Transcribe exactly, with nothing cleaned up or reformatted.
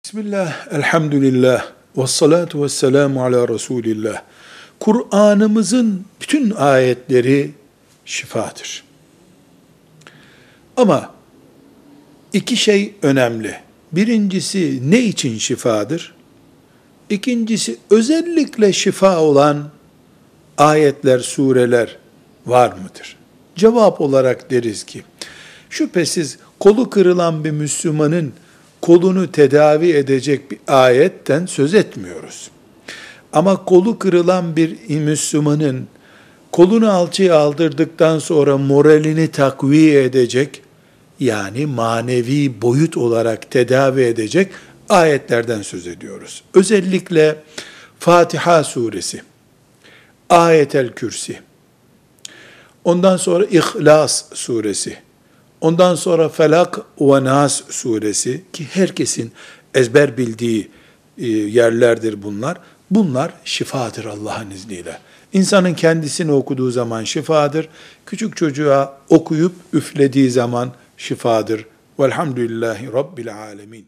Bismillah, elhamdülillah, ve salatu ve selamu ala Resulillah. Kur'an'ımızın bütün ayetleri şifadır. Ama iki şey önemli. Birincisi ne için şifadır? İkincisi özellikle şifa olan ayetler, sureler var mıdır? Cevap olarak deriz ki, şüphesiz kolu kırılan bir Müslümanın kolunu tedavi edecek bir ayetten söz etmiyoruz. Ama kolu kırılan bir Müslümanın kolunu alçıya aldırdıktan sonra moralini takviye edecek, yani manevi boyut olarak tedavi edecek ayetlerden söz ediyoruz. Özellikle Fatiha suresi, Ayetel Kürsi, ondan sonra İhlas suresi, ondan sonra Felak ve Nas suresi, ki herkesin ezber bildiği yerlerdir bunlar. Bunlar şifadır Allah'ın izniyle. İnsanın kendisini okuduğu zaman şifadır. Küçük çocuğa okuyup üflediği zaman şifadır. Velhamdülillahi Rabbil alemin.